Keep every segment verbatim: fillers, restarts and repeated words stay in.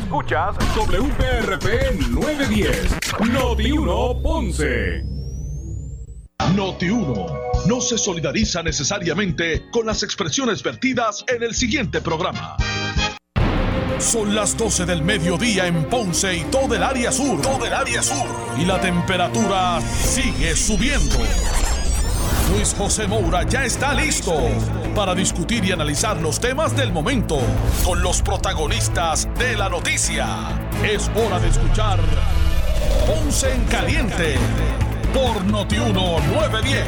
Escuchas W P R P novecientos diez, Noti uno Ponce. Noti uno no se solidariza necesariamente con las expresiones vertidas en el siguiente programa. Son las doce del mediodía en Ponce y todo el área sur. Todo el área sur. Y la temperatura sigue subiendo. Luis José Moura ya está listo para discutir y analizar los temas del momento con los protagonistas de la noticia. Es hora de escuchar Ponce en Caliente por Noti uno nueve diez.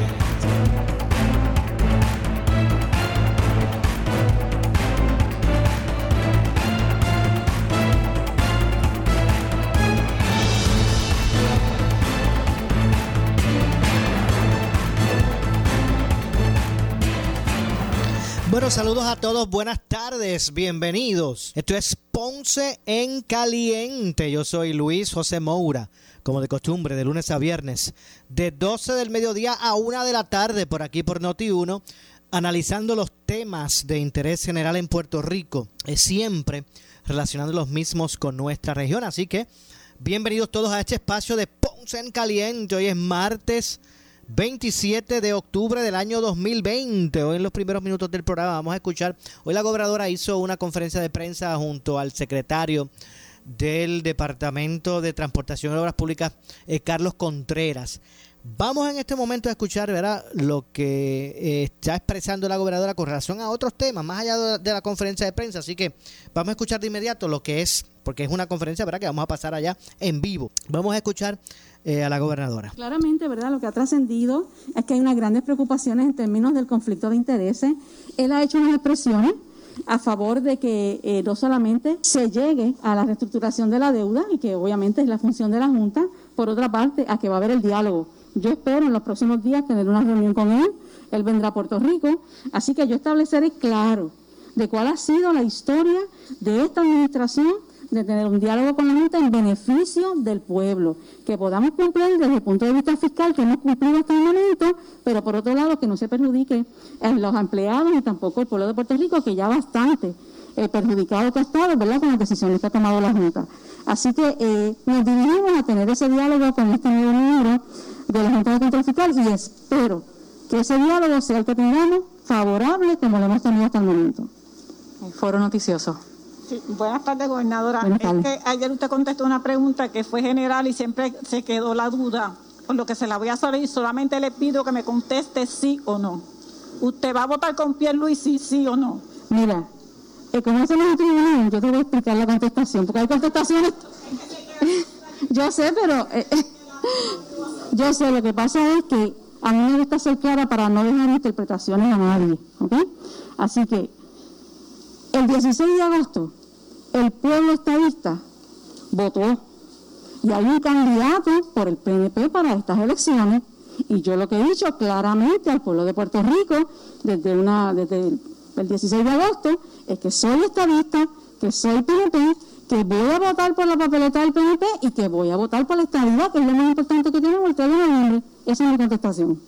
Bueno, saludos a todos, buenas tardes, bienvenidos. Esto es Ponce en Caliente. Yo soy Luis José Moura, como de costumbre, de lunes a viernes, de doce del mediodía a una de la tarde, por aquí por Noti uno, analizando los temas de interés general en Puerto Rico, es siempre relacionando los mismos con nuestra región. Así que, bienvenidos todos a este espacio de Ponce en Caliente. Hoy es martes veintisiete de octubre del año dos mil veinte. Hoy en los primeros minutos del programa vamos a escuchar, hoy la gobernadora hizo una conferencia de prensa junto al secretario del Departamento de Transportación y Obras Públicas, eh, Carlos Contreras. Vamos en este momento a escuchar, ¿verdad?, lo que eh, está expresando la gobernadora con relación a otros temas, más allá de, de la conferencia de prensa. Así que vamos a escuchar de inmediato lo que es, porque es una conferencia, ¿verdad?, que vamos a pasar allá en vivo. Vamos a escuchar Eh, a la gobernadora. Claramente, ¿verdad?, lo que ha trascendido es que hay unas grandes preocupaciones en términos del conflicto de intereses. Él ha hecho unas expresiones a favor de que eh, no solamente se llegue a la reestructuración de la deuda, y que obviamente es la función de la Junta, por otra parte, a que va a haber el diálogo. Yo espero en los próximos días tener una reunión con él, él vendrá a Puerto Rico, así que yo estableceré claro de cuál ha sido la historia de esta administración, de tener un diálogo con la Junta en beneficio del pueblo, que podamos cumplir desde el punto de vista fiscal, que hemos cumplido hasta el momento, pero por otro lado que no se perjudique a los empleados y tampoco el pueblo de Puerto Rico, que ya bastante eh, perjudicado que ha estado, ¿verdad?, con las decisiones que ha tomado la Junta. Así que eh, nos dirigimos a tener ese diálogo con este nuevo miembro de la Junta de Control Fiscal, y espero que ese diálogo sea el que tengamos favorable como lo hemos tenido hasta el momento. El foro noticioso. Sí, buenas tardes, gobernadora. Buenas tardes. Es que ayer usted contestó una pregunta que fue general y siempre se quedó la duda, por lo que se la voy a hacer y solamente le pido que me conteste sí o no. ¿Usted va a votar con Pierluisi, sí o no? Mira, eh, como hacemos en tribunal, yo te voy a explicar la contestación, porque hay contestaciones... yo sé, pero... Eh, yo sé, lo que pasa es que a mí me gusta ser clara para no dejar interpretaciones a nadie, ¿ok? Así que, el dieciséis de agosto, el pueblo estadista votó y hay un candidato por el P N P para estas elecciones, y yo lo que he dicho claramente al pueblo de Puerto Rico desde, una, desde el, el dieciséis de agosto es que soy estadista, que soy P N P, que voy a votar por la papeleta del P N P y que voy a votar por la estadidad, que es lo más importante que tenemos el tres de noviembre. Esa es mi contestación.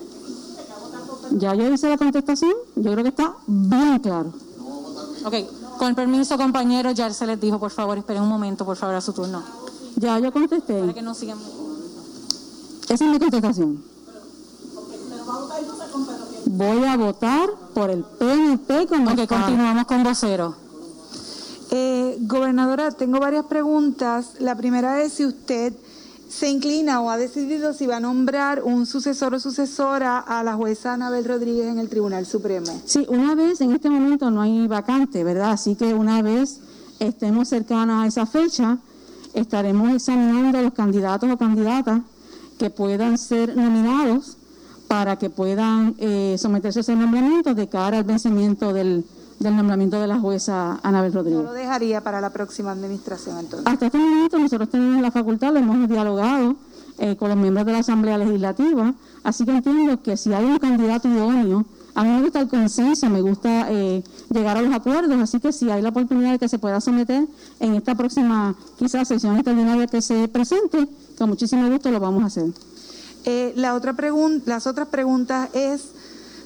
Ya yo hice la contestación, yo creo que está bien claro. Ok, con el permiso, compañeros, ya se les dijo, por favor, esperen un momento, por favor, a su turno. Ya yo contesté. Para que no sigan. Esa es mi contestación. Voy a votar por el P N P con Ok, está. continuamos con vocero. Eh, gobernadora, tengo varias preguntas. La primera es si usted se inclina o ha decidido si va a nombrar un sucesor o sucesora a la jueza Anabel Rodríguez en el Tribunal Supremo. Sí, una vez, en este momento no hay vacante, ¿verdad? Así que una vez estemos cercanos a esa fecha, estaremos examinando los candidatos o candidatas que puedan ser nominados para que puedan eh, someterse a ese nombramiento de cara al vencimiento del, del nombramiento de la jueza Anabel Rodríguez. ¿No lo dejaría para la próxima administración entonces? Hasta este momento nosotros tenemos la facultad, lo hemos dialogado eh, con los miembros de la Asamblea Legislativa, así que entiendo que si hay un candidato idóneo, a mí me gusta el consenso, me gusta eh, llegar a los acuerdos, así que si hay la oportunidad de que se pueda someter en esta próxima quizás sesión extraordinaria que se presente, con muchísimo gusto lo vamos a hacer. Eh, la otra pregunta, las otras preguntas es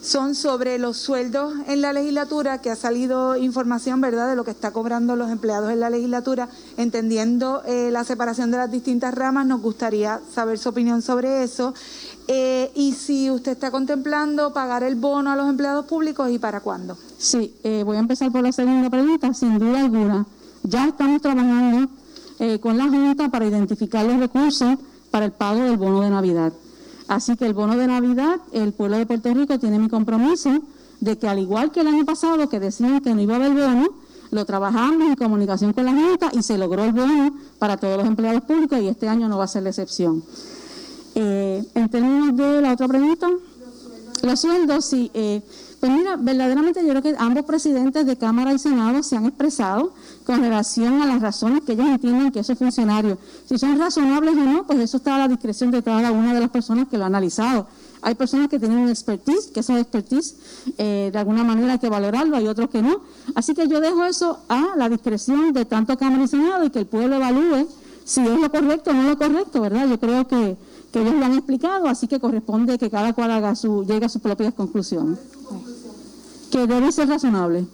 son sobre los sueldos en la legislatura, que ha salido información, ¿verdad?, de lo que está cobrando los empleados en la legislatura, entendiendo eh, la separación de las distintas ramas. Nos gustaría saber su opinión sobre eso. Eh, y si usted está contemplando pagar el bono a los empleados públicos y para cuándo. Sí, eh, voy a empezar por la segunda pregunta. Sin duda alguna, ya estamos trabajando eh, con la Junta para identificar los recursos para el pago del bono de Navidad. Así que el bono de Navidad, el pueblo de Puerto Rico tiene mi compromiso de que, al igual que el año pasado, que decían que no iba a haber bono, lo trabajamos en comunicación con la Junta y se logró el bono para todos los empleados públicos, y este año no va a ser la excepción. Eh, en términos de la otra pregunta, los sueldos, sí. Eh, pues mira, verdaderamente yo creo que ambos presidentes de Cámara y Senado se han expresado con relación a las razones que ellos entienden que esos funcionarios, si son razonables o no, pues eso está a la discreción de cada una de las personas que lo han analizado. Hay personas que tienen un expertise, que esa expertise eh, de alguna manera hay que valorarlo, hay otros que no. Así que yo dejo eso a la discreción de tanto Cámara y Senado, y que el pueblo evalúe si es lo correcto o no lo correcto, ¿verdad? Yo creo que, que ellos lo han explicado, así que corresponde que cada cual haga su, llegue a sus propias conclusiones. Que debe ser razonable.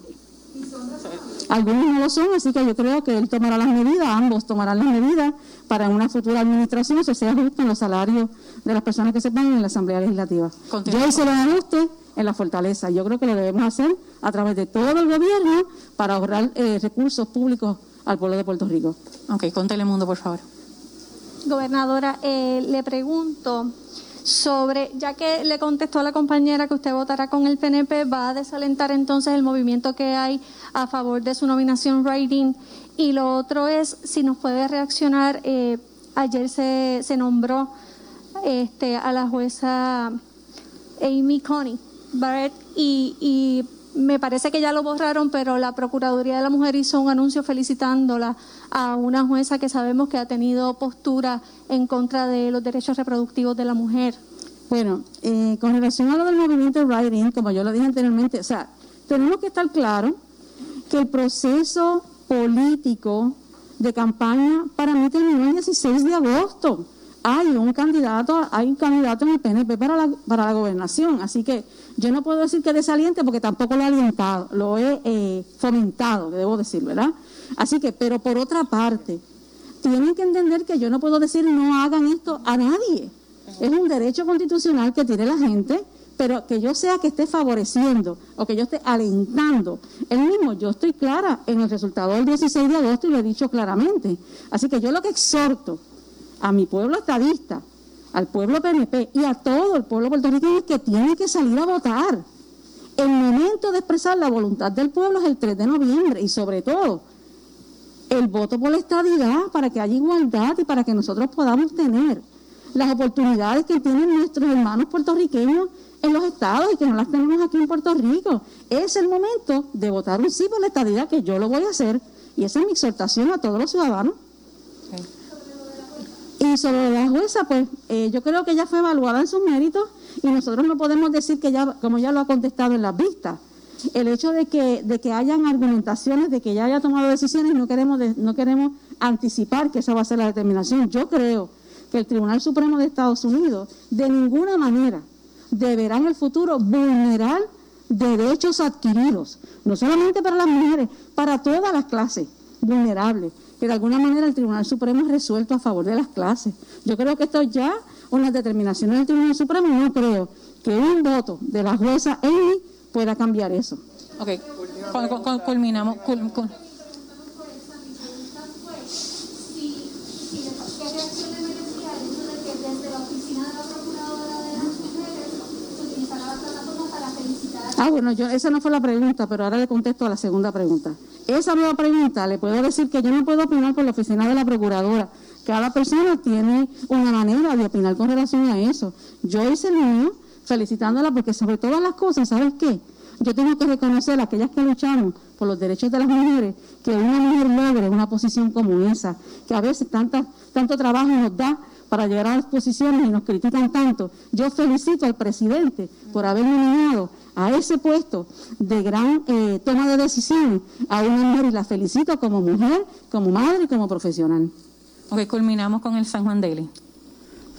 Algunos no lo son, así que yo creo que él tomará las medidas, ambos tomarán las medidas para una futura administración se sea justo en los salarios de las personas que se pagan en la Asamblea Legislativa. Yo hice los ajustes en la fortaleza. Yo creo que lo debemos hacer a través de todo el gobierno para ahorrar eh, recursos públicos al pueblo de Puerto Rico. Ok, con Telemundo, por favor. Gobernadora, eh, le pregunto sobre, ya que le contestó a la compañera que usted votará con el P N P, ¿va a desalentar entonces el movimiento que hay a favor de su nominación writing? Y lo otro es, si nos puede reaccionar, eh, ayer se, se nombró este, a la jueza Amy Coney Barrett y, y me parece que ya lo borraron, pero la Procuraduría de la Mujer hizo un anuncio felicitándola a una jueza que sabemos que ha tenido postura en contra de los derechos reproductivos de la mujer. Bueno, eh, con relación a lo del movimiento writing, como yo lo dije anteriormente, o sea, tenemos que estar claros que el proceso político de campaña para mí terminó el dieciséis de agosto. Hay un candidato, hay un candidato en el P N P para la, para la gobernación, así que yo no puedo decir que desaliente porque tampoco lo he alientado, lo he eh, fomentado, debo decir, ¿verdad? Así que, pero por otra parte, tienen que entender que yo no puedo decir no hagan esto a nadie. Es un derecho constitucional que tiene la gente, pero que yo sea que esté favoreciendo o que yo esté alentando. El mismo, yo estoy clara en el resultado del dieciséis de agosto y lo he dicho claramente. Así que yo lo que exhorto a mi pueblo estadista, al pueblo P N P y a todo el pueblo puertorriqueño es que tiene que salir a votar. El momento de expresar la voluntad del pueblo es el tres de noviembre y sobre todo el voto por la estadidad para que haya igualdad y para que nosotros podamos tener las oportunidades que tienen nuestros hermanos puertorriqueños en los estados y que no las tenemos aquí en Puerto Rico. Es el momento de votar un sí por la estadidad, que yo lo voy a hacer, y esa es mi exhortación a todos los ciudadanos. Okay. Y sobre la jueza, pues eh, yo creo que ella fue evaluada en sus méritos y nosotros no podemos decir que ya, como ya lo ha contestado en las vistas, el hecho de que de que hayan argumentaciones, de que ella haya tomado decisiones, no queremos de, no queremos anticipar que esa va a ser la determinación. Yo creo que el Tribunal Supremo de Estados Unidos de ninguna manera deberá en el futuro vulnerar derechos adquiridos, no solamente para las mujeres, para todas las clases vulnerables, que de alguna manera el Tribunal Supremo es resuelto a favor de las clases. Yo creo que esto ya, unas determinaciones del Tribunal Supremo, no creo que un voto de la jueza Amy pueda cambiar eso. Ok, con, con, con, culminamos. Cul, cul. Ah, bueno, yo, esa no fue la pregunta, pero ahora le contesto a la segunda pregunta. Esa nueva pregunta, le puedo decir que yo no puedo opinar por la oficina de la Procuradora. Cada persona tiene una manera de opinar con relación a eso. Yo hice el mío felicitándola porque sobre todas las cosas, ¿sabes qué? Yo tengo que reconocer a aquellas que luchamos por los derechos de las mujeres, que una mujer logre una posición como esa, que a veces tanta, tanto trabajo nos da para llegar a las posiciones y nos critican tanto. Yo felicito al presidente por haber nominado a ese puesto de gran eh, toma de decisiones a una mujer y la felicito como mujer, como madre y como profesional. Ok, culminamos con el San Juan Daily.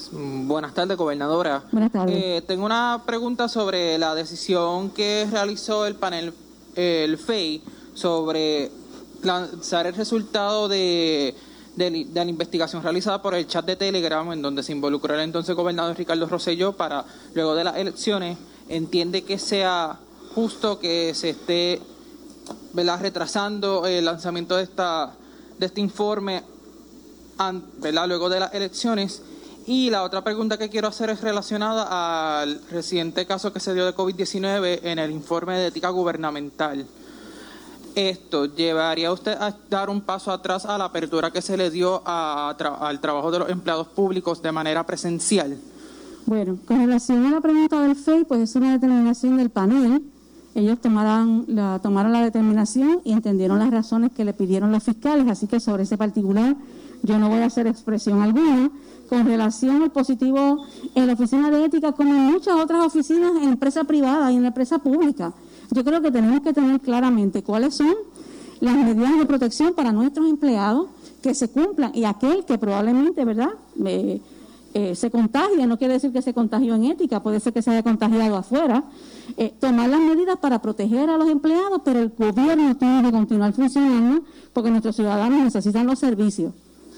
Buenas tardes, gobernadora. Buenas tardes. Eh, tengo una pregunta sobre la decisión que realizó el panel, el F E I, sobre lanzar el resultado de, de, de la investigación realizada por el chat de Telegram, en donde se involucró el entonces gobernador Ricardo Rosselló para, luego de las elecciones, entiende que sea justo que se esté, ¿verdad?, retrasando el lanzamiento de esta de este informe, ¿verdad?, luego de las elecciones. Y la otra pregunta que quiero hacer es relacionada al reciente caso que se dio de COVID diecinueve en el informe de ética gubernamental. ¿Esto llevaría a usted a dar un paso atrás a la apertura que se le dio a, a, al trabajo de los empleados públicos de manera presencial? Bueno, con relación a la pregunta del F E I, pues es una determinación del panel. Ellos tomarán la, tomaron la determinación y entendieron las razones que le pidieron los fiscales, así que sobre ese particular yo no voy a hacer expresión alguna. Con relación al positivo en la oficina de ética, como en muchas otras oficinas en empresa privada y en la empresa pública, yo creo que tenemos que tener claramente cuáles son las medidas de protección para nuestros empleados que se cumplan, y aquel que probablemente, ¿verdad?, eh, eh, se contagie, no quiere decir que se contagió en ética, puede ser que se haya contagiado afuera, eh, tomar las medidas para proteger a los empleados, pero el gobierno tiene que continuar funcionando porque nuestros ciudadanos necesitan los servicios.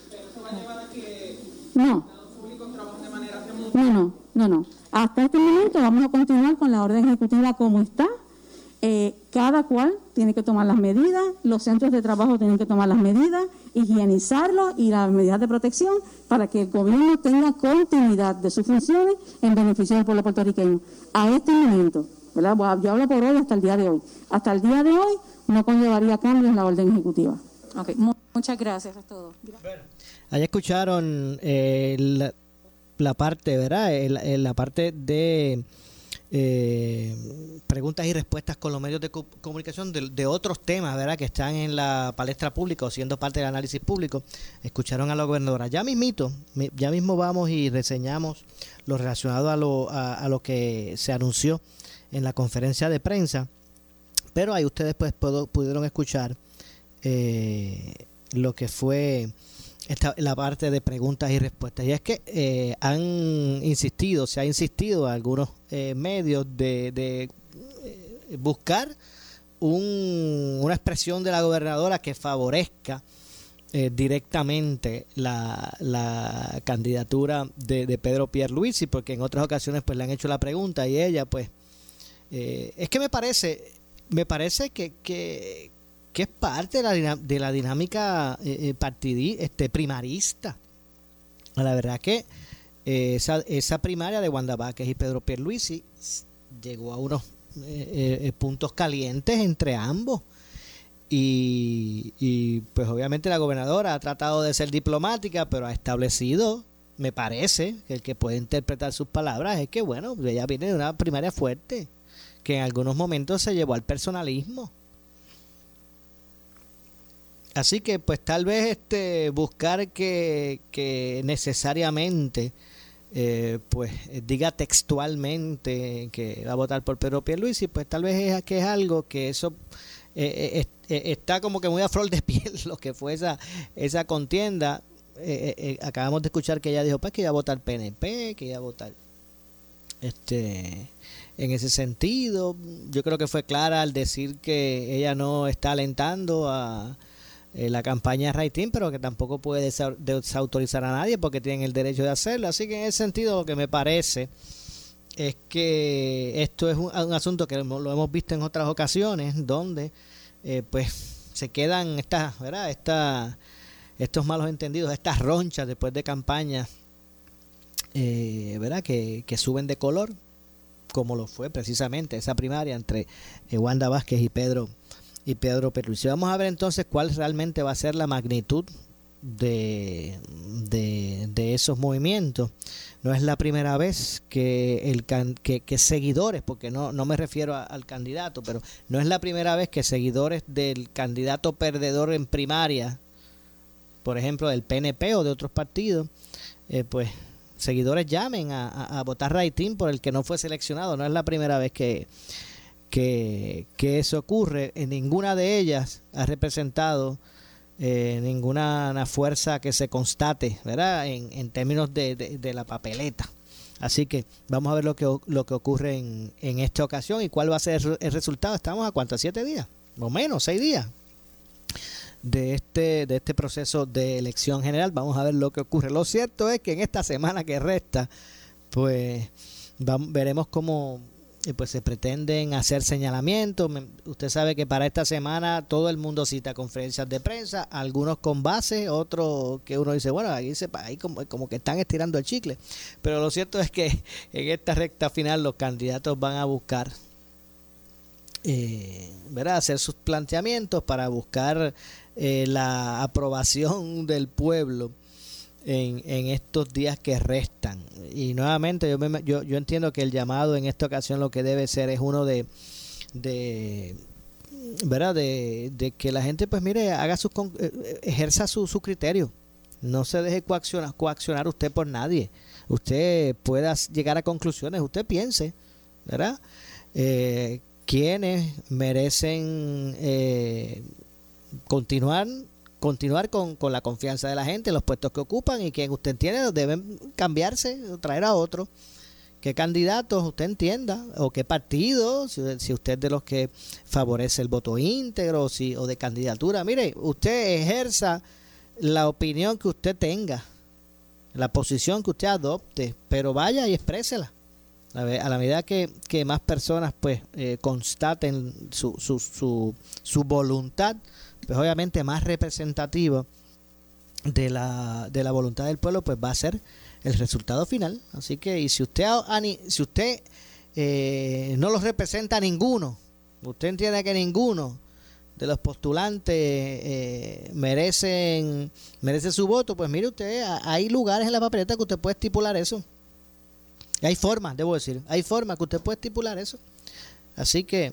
No. No, no, no, no. Hasta este momento vamos a continuar con la orden ejecutiva como está. Eh, cada cual tiene que tomar las medidas, los centros de trabajo tienen que tomar las medidas, higienizarlos y las medidas de protección para que el gobierno tenga continuidad de sus funciones en beneficio del pueblo puertorriqueño. A este momento, ¿verdad? Yo hablo por hoy hasta el día de hoy. Hasta el día de hoy no conllevaría cambios en la orden ejecutiva. Okay. Muchas gracias, es todo. Gracias. Allá escucharon eh, la, la parte, ¿verdad? La, la parte de eh, preguntas y respuestas con los medios de co- comunicación de, de otros temas, ¿verdad?, que están en la palestra pública o siendo parte del análisis público. Escucharon a la gobernadora. Ya mismito, ya mismo vamos y reseñamos lo relacionado a lo, a, a lo que se anunció en la conferencia de prensa, pero ahí ustedes pues puedo, pudieron escuchar eh, lo que fue esta, la parte de preguntas y respuestas. Y es que eh, han insistido, se ha insistido a algunos eh, medios de, de eh, buscar un, una expresión de la gobernadora que favorezca eh, directamente la, la candidatura de, de Pedro Pierluisi, porque en otras ocasiones pues le han hecho la pregunta y ella pues eh, es que me parece me parece que, que que es parte de la, de la dinámica eh, partidí, este, primarista. La verdad que eh, esa, esa primaria de Wanda Vázquez y Pedro Pierluisi llegó a unos eh, eh, puntos calientes entre ambos. Y, y pues obviamente la gobernadora ha tratado de ser diplomática, pero ha establecido, me parece, que el que puede interpretar sus palabras es que, bueno, ella viene de una primaria fuerte, que en algunos momentos se llevó al personalismo. Así que pues tal vez este buscar que, que necesariamente eh, pues diga textualmente que va a votar por Pedro Pierluisi, pues tal vez es que es algo que eso eh, eh, está como que muy a flor de piel lo que fue esa, esa contienda. Eh, eh, acabamos de escuchar que ella dijo pues que iba a votar P N P, que iba a votar este en ese sentido. Yo creo que fue clara al decir que ella no está alentando a Eh, la campaña Raitín, pero que tampoco puede desa- desautorizar a nadie porque tienen el derecho de hacerlo. Así que en ese sentido lo que me parece es que esto es un, un asunto que lo hemos visto en otras ocasiones donde eh, pues se quedan estas, ¿verdad?, Esta, estos malos entendidos, estas ronchas después de campañas eh, ¿verdad?, que, que suben de color, como lo fue precisamente esa primaria entre eh, Wanda Vázquez y Pedro y Pedro Pierluisi. Vamos a ver entonces cuál realmente va a ser la magnitud de, de, de esos movimientos. No es la primera vez que el que, que seguidores, porque no, no me refiero a, al candidato, pero no es la primera vez que seguidores del candidato perdedor en primaria, por ejemplo del P N P o de otros partidos, eh, pues seguidores llamen a, a, a votar Raitín por el que no fue seleccionado. No es la primera vez que Que, que eso ocurre. En ninguna de ellas ha representado eh, ninguna una fuerza que se constate, ¿verdad? En, en términos de, de, de la papeleta. Así que vamos a ver lo que, lo que ocurre en, en esta ocasión y cuál va a ser el resultado. Estamos a cuántos, siete días, o menos, seis días de este, de este proceso de elección general. Vamos a ver lo que ocurre. Lo cierto es que en esta semana que resta, pues vamos, veremos cómo pues se pretenden hacer señalamientos. Usted sabe que para esta semana todo el mundo cita conferencias de prensa, algunos con base, otros que uno dice, bueno, ahí, se, ahí como, como que están estirando el chicle. Pero lo cierto es que en esta recta final los candidatos van a buscar eh, ¿verdad? hacer sus planteamientos para buscar eh, la aprobación del pueblo En, en estos días que restan. Y nuevamente yo, me, yo yo entiendo que el llamado en esta ocasión lo que debe ser es uno de de verdad de, de que la gente pues mire haga sus ejerza su, su criterio, no se deje coaccionar, coaccionar usted por nadie, usted pueda llegar a conclusiones, usted piense, ¿verdad? Eh, quiénes merecen eh, continuar continuar con, con la confianza de la gente en los puestos que ocupan y quien usted entiende deben cambiarse o traer a otro. ¿Qué candidatos usted entienda? ¿O qué partido? Si, si usted es de los que favorece el voto íntegro si, o de candidatura. Mire, usted ejerza la opinión que usted tenga, la posición que usted adopte, pero vaya y exprésela. A, ver, a la medida que, que más personas pues eh, constaten su, su, su, su voluntad, pues obviamente más representativa de la de la voluntad del pueblo, pues va a ser el resultado final. Así que, y si usted si usted eh, no los representa a ninguno, usted entiende que ninguno de los postulantes eh, merecen merece su voto, pues mire usted, hay lugares en la papeleta que usted puede estipular eso. Hay formas, debo decir, hay formas que usted puede estipular eso. Así que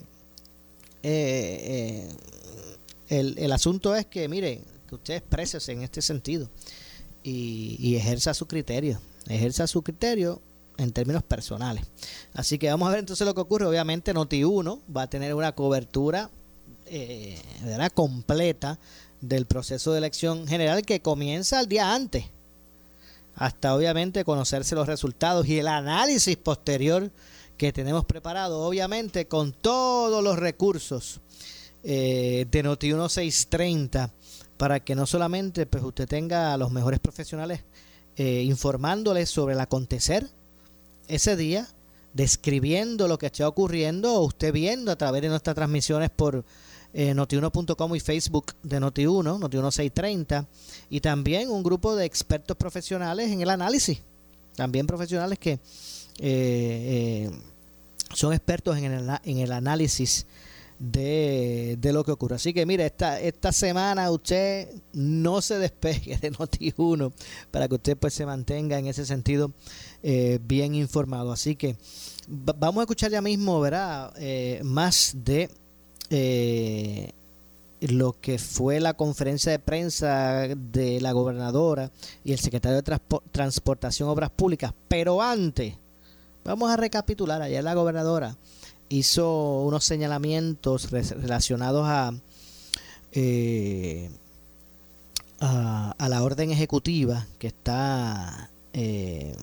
eh, eh, El, el asunto es que, mire, que usted exprésese en este sentido y, y ejerza su criterio, ejerza su criterio en términos personales. Así que vamos a ver entonces lo que ocurre. Obviamente Noti uno va a tener una cobertura eh, ¿verdad? completa del proceso de elección general que comienza el día antes, hasta obviamente conocerse los resultados y el análisis posterior que tenemos preparado, obviamente con todos los recursos Eh, de Noti uno seiscientos treinta, para que no solamente pues usted tenga a los mejores profesionales eh, informándoles sobre el acontecer ese día, describiendo lo que está ocurriendo, o usted viendo a través de nuestras transmisiones por eh, noti uno punto com y Facebook de Noti uno, Noti uno seiscientos treinta, y también un grupo de expertos profesionales en el análisis, también profesionales que eh, eh, son expertos en el, en el análisis De, de lo que ocurre. Así que mire, esta, esta semana usted no se despegue de Noti uno para que usted pues se mantenga en ese sentido eh, bien informado. Así que v- vamos a escuchar ya mismo, ¿verdad? Eh, más de eh, lo que fue la conferencia de prensa de la gobernadora y el secretario de Transpo- Transportación Obras Públicas. Pero antes, vamos a recapitular. Ayer la gobernadora hizo unos señalamientos relacionados a, eh, a, a la orden ejecutiva que está eh,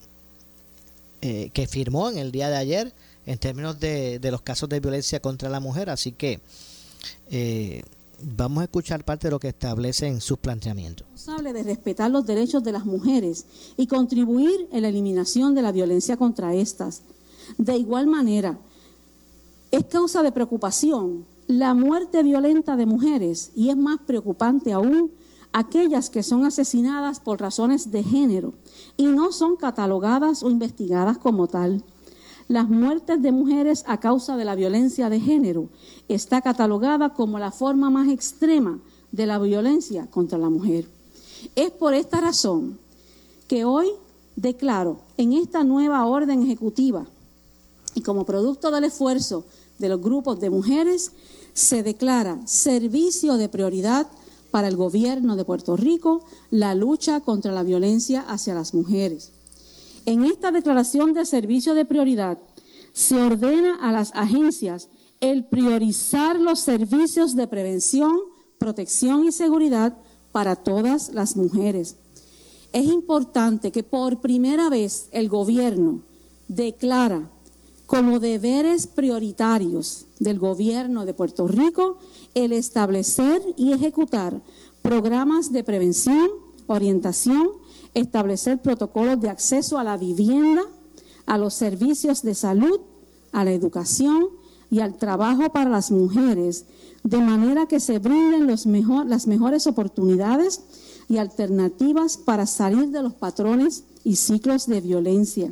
eh, que firmó en el día de ayer en términos de, de los casos de violencia contra la mujer. Así que eh, vamos a escuchar parte de lo que establece en sus planteamientos. Responsable de respetar los derechos de las mujeres y contribuir en la eliminación de la violencia contra estas. De igual manera, es causa de preocupación la muerte violenta de mujeres, y es más preocupante aún aquellas que son asesinadas por razones de género y no son catalogadas o investigadas como tal. Las muertes de mujeres a causa de la violencia de género está catalogada como la forma más extrema de la violencia contra la mujer. Es por esta razón que hoy declaro en esta nueva orden ejecutiva, y como producto del esfuerzo de los grupos de mujeres, se declara servicio de prioridad para el gobierno de Puerto Rico la lucha contra la violencia hacia las mujeres. En esta declaración de servicio de prioridad se ordena a las agencias el priorizar los servicios de prevención protección y seguridad para todas las mujeres. Es importante que por primera vez el gobierno declara como deberes prioritarios del gobierno de Puerto Rico el establecer y ejecutar programas de prevención, orientación, establecer protocolos de acceso a la vivienda, a los servicios de salud, a la educación y al trabajo para las mujeres, de manera que se brinden los mejor, las mejores oportunidades y alternativas para salir de los patrones y ciclos de violencia.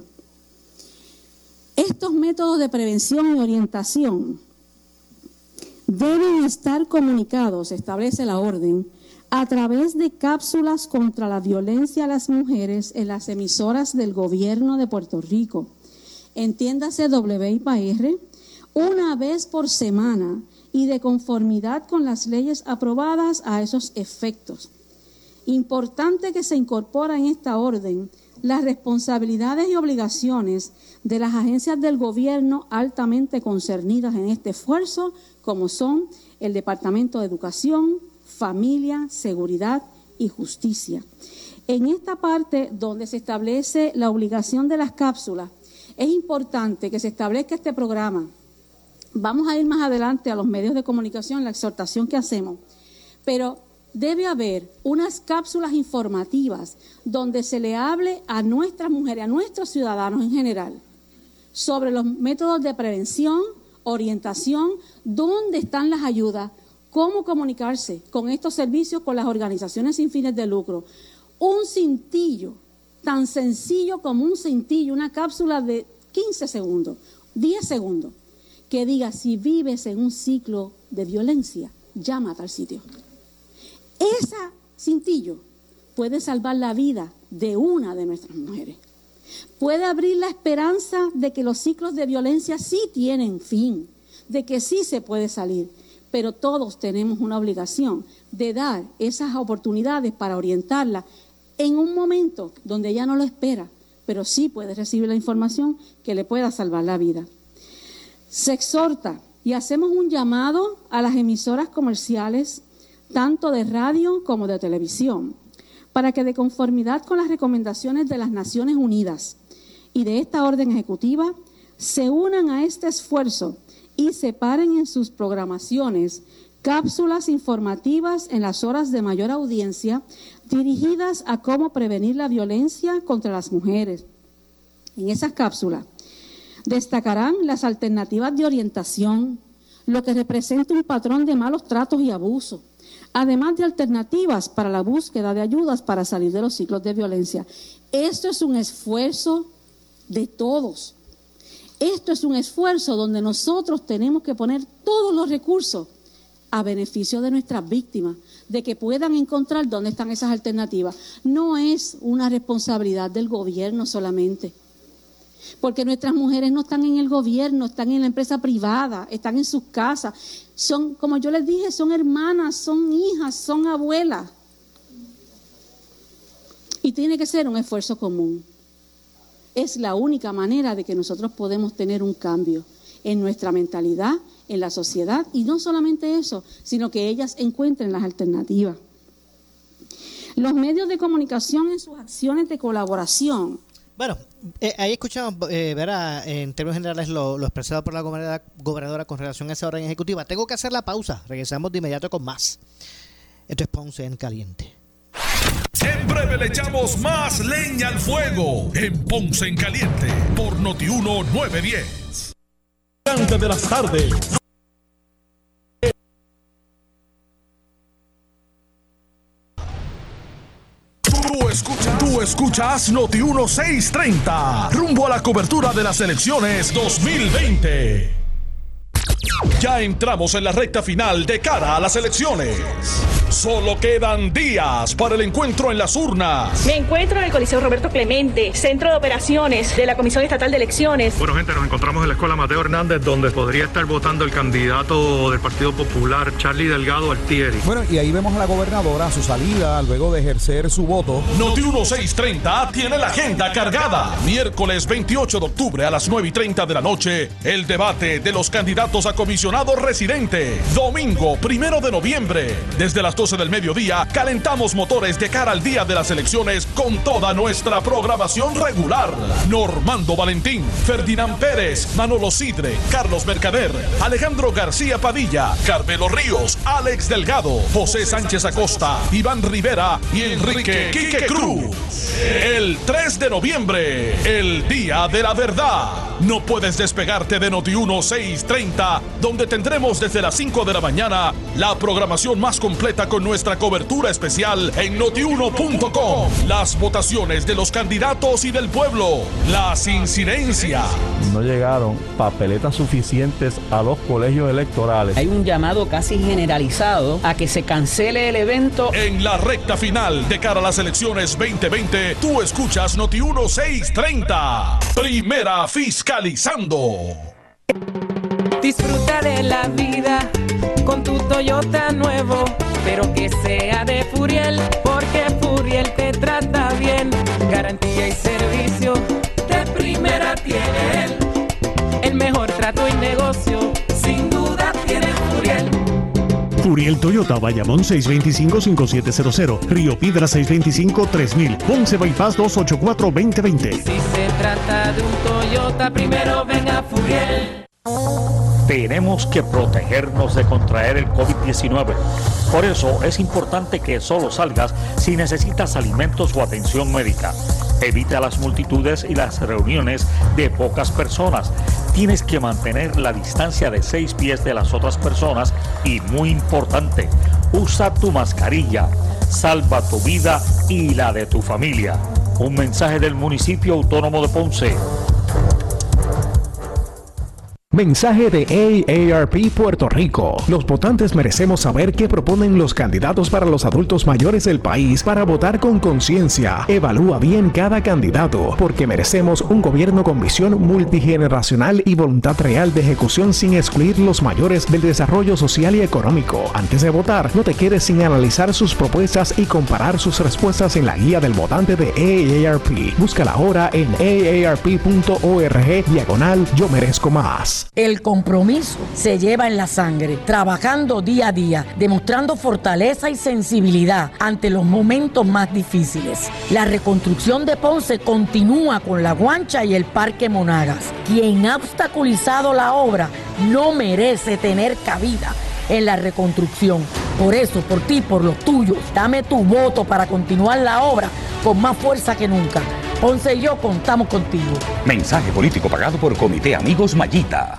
Estos métodos de prevención y orientación deben estar comunicados, establece la orden, a través de cápsulas contra la violencia a las mujeres en las emisoras del gobierno de Puerto Rico, entiéndase W I P A R, una vez por semana y de conformidad con las leyes aprobadas a esos efectos. Importante que se incorpora en esta orden las responsabilidades y obligaciones de las agencias del gobierno altamente concernidas en este esfuerzo, como son el Departamento de Educación, Familia, Seguridad y Justicia. En esta parte donde se establece la obligación de las cápsulas, es importante que se establezca este programa. Vamos a ir más adelante a los medios de comunicación, la exhortación que hacemos, pero debe haber unas cápsulas informativas donde se le hable a nuestras mujeres, a nuestros ciudadanos en general, sobre los métodos de prevención, orientación, dónde están las ayudas, cómo comunicarse con estos servicios, con las organizaciones sin fines de lucro. Un cintillo, tan sencillo como un cintillo, una cápsula de quince segundos, diez segundos, que diga: si vives en un ciclo de violencia, llama a tal sitio. Ese cintillo puede salvar la vida de una de nuestras mujeres. Puede abrir la esperanza de que los ciclos de violencia sí tienen fin, de que sí se puede salir, pero todos tenemos una obligación de dar esas oportunidades para orientarla en un momento donde ella no lo espera, pero sí puede recibir la información que le pueda salvar la vida. Se exhorta y hacemos un llamado a las emisoras comerciales, tanto de radio como de televisión, para que de conformidad con las recomendaciones de las Naciones Unidas y de esta orden ejecutiva, se unan a este esfuerzo y separen en sus programaciones cápsulas informativas en las horas de mayor audiencia dirigidas a cómo prevenir la violencia contra las mujeres. En esas cápsulas destacarán las alternativas de orientación, lo que representa un patrón de malos tratos y abusos, además de alternativas para la búsqueda de ayudas para salir de los ciclos de violencia. Esto es un esfuerzo de todos. Esto es un esfuerzo donde nosotros tenemos que poner todos los recursos a beneficio de nuestras víctimas, de que puedan encontrar dónde están esas alternativas. No es una responsabilidad del gobierno solamente, porque nuestras mujeres no están en el gobierno, están en la empresa privada, están en sus casas. Son, como yo les dije, son hermanas, son hijas, son abuelas. Y tiene que ser un esfuerzo común. Es la única manera de que nosotros podemos tener un cambio en nuestra mentalidad, en la sociedad, y no solamente eso, sino que ellas encuentren las alternativas. Los medios de comunicación en sus acciones de colaboración. Bueno, eh, ahí escuchamos, eh, verá, en términos generales lo, lo expresado por la gobernadora, gobernadora con relación a esa orden ejecutiva. Tengo que hacer la pausa, regresamos de inmediato con más. Esto es Ponce en Caliente. En breve le echamos más leña al fuego en Ponce en Caliente por Noti uno nueve diez. Cante de las tardes. Tú escuchas, tú escuchas Noti uno seiscientos treinta, rumbo a la cobertura de las elecciones dos mil veinte. Ya entramos en la recta final de cara a las elecciones. Solo quedan días para el encuentro en las urnas. Me encuentro en el Coliseo Roberto Clemente, Centro de Operaciones de la Comisión Estatal de Elecciones. Bueno, gente, nos encontramos en la Escuela Mateo Hernández, donde podría estar votando el candidato del Partido Popular, Charlie Delgado Altieri. Bueno, y ahí vemos a la gobernadora a su salida, luego de ejercer su voto. Noti uno seiscientos treinta tiene la agenda cargada. Miércoles veintiocho de octubre a las nueve y treinta de la noche, el debate de los candidatos a comisionado residente. Domingo primero de noviembre, desde las doce del mediodía, calentamos motores de cara al día de las elecciones con toda nuestra programación regular. Normando Valentín, Ferdinand Pérez, Manolo Sidre, Carlos Mercader, Alejandro García Padilla, Carmelo Ríos, Alex Delgado, José Sánchez Acosta, Iván Rivera y Enrique Quique Cruz. El tres de noviembre, el día de la verdad. No puedes despegarte de Noti uno seiscientos treinta, donde tendremos desde las cinco de la mañana la programación más completa con nuestra cobertura especial en noti uno punto com. Las votaciones de los candidatos y del pueblo, las incidencias. No llegaron papeletas suficientes a los colegios electorales. Hay un llamado casi generalizado a que se cancele el evento. En la recta final de cara a las elecciones veinte veinte, tú escuchas Noti uno seiscientos treinta. Primera fiscalizando. Disfruta de la vida con tu Toyota nuevo, pero que sea de Furiel, porque Furiel te trata bien. Garantía y servicio de primera tiene él. El mejor trato y negocio, sin duda tiene Furiel. Furiel Toyota, Bayamón seis dos cinco, cinco siete cero cero, Río Piedra seis dos cinco, tres mil, Ponce Bypass dos ocho cuatro, dos cero dos cero. Si se trata de un Toyota, primero ven a Furiel. Tenemos que protegernos de contraer el COVID diecinueve. Por eso es importante que solo salgas si necesitas alimentos o atención médica. Evita las multitudes y las reuniones de pocas personas. Tienes que mantener la distancia de seis pies de las otras personas y, muy importante, usa tu mascarilla. Salva tu vida y la de tu familia. Un mensaje del municipio autónomo de Ponce. Mensaje de A A R P Puerto Rico. Los votantes merecemos saber qué proponen los candidatos para los adultos mayores del país para votar con conciencia. Evalúa bien cada candidato, porque merecemos un gobierno con visión multigeneracional y voluntad real de ejecución sin excluir los mayores del desarrollo social y económico. Antes de votar, no te quedes sin analizar sus propuestas y comparar sus respuestas en la guía del votante de A A R P. Búscala ahora en a a r p punto org diagonal yo merezco más. El compromiso se lleva en la sangre, trabajando día a día, demostrando fortaleza y sensibilidad ante los momentos más difíciles. La reconstrucción de Ponce continúa con La Guancha y el Parque Monagas. Quien ha obstaculizado la obra no merece tener cabida en la reconstrucción. Por eso, por ti, por los tuyos, dame tu voto para continuar la obra con más fuerza que nunca. Ponce y yo contamos contigo. Mensaje político pagado por Comité Amigos Mayita.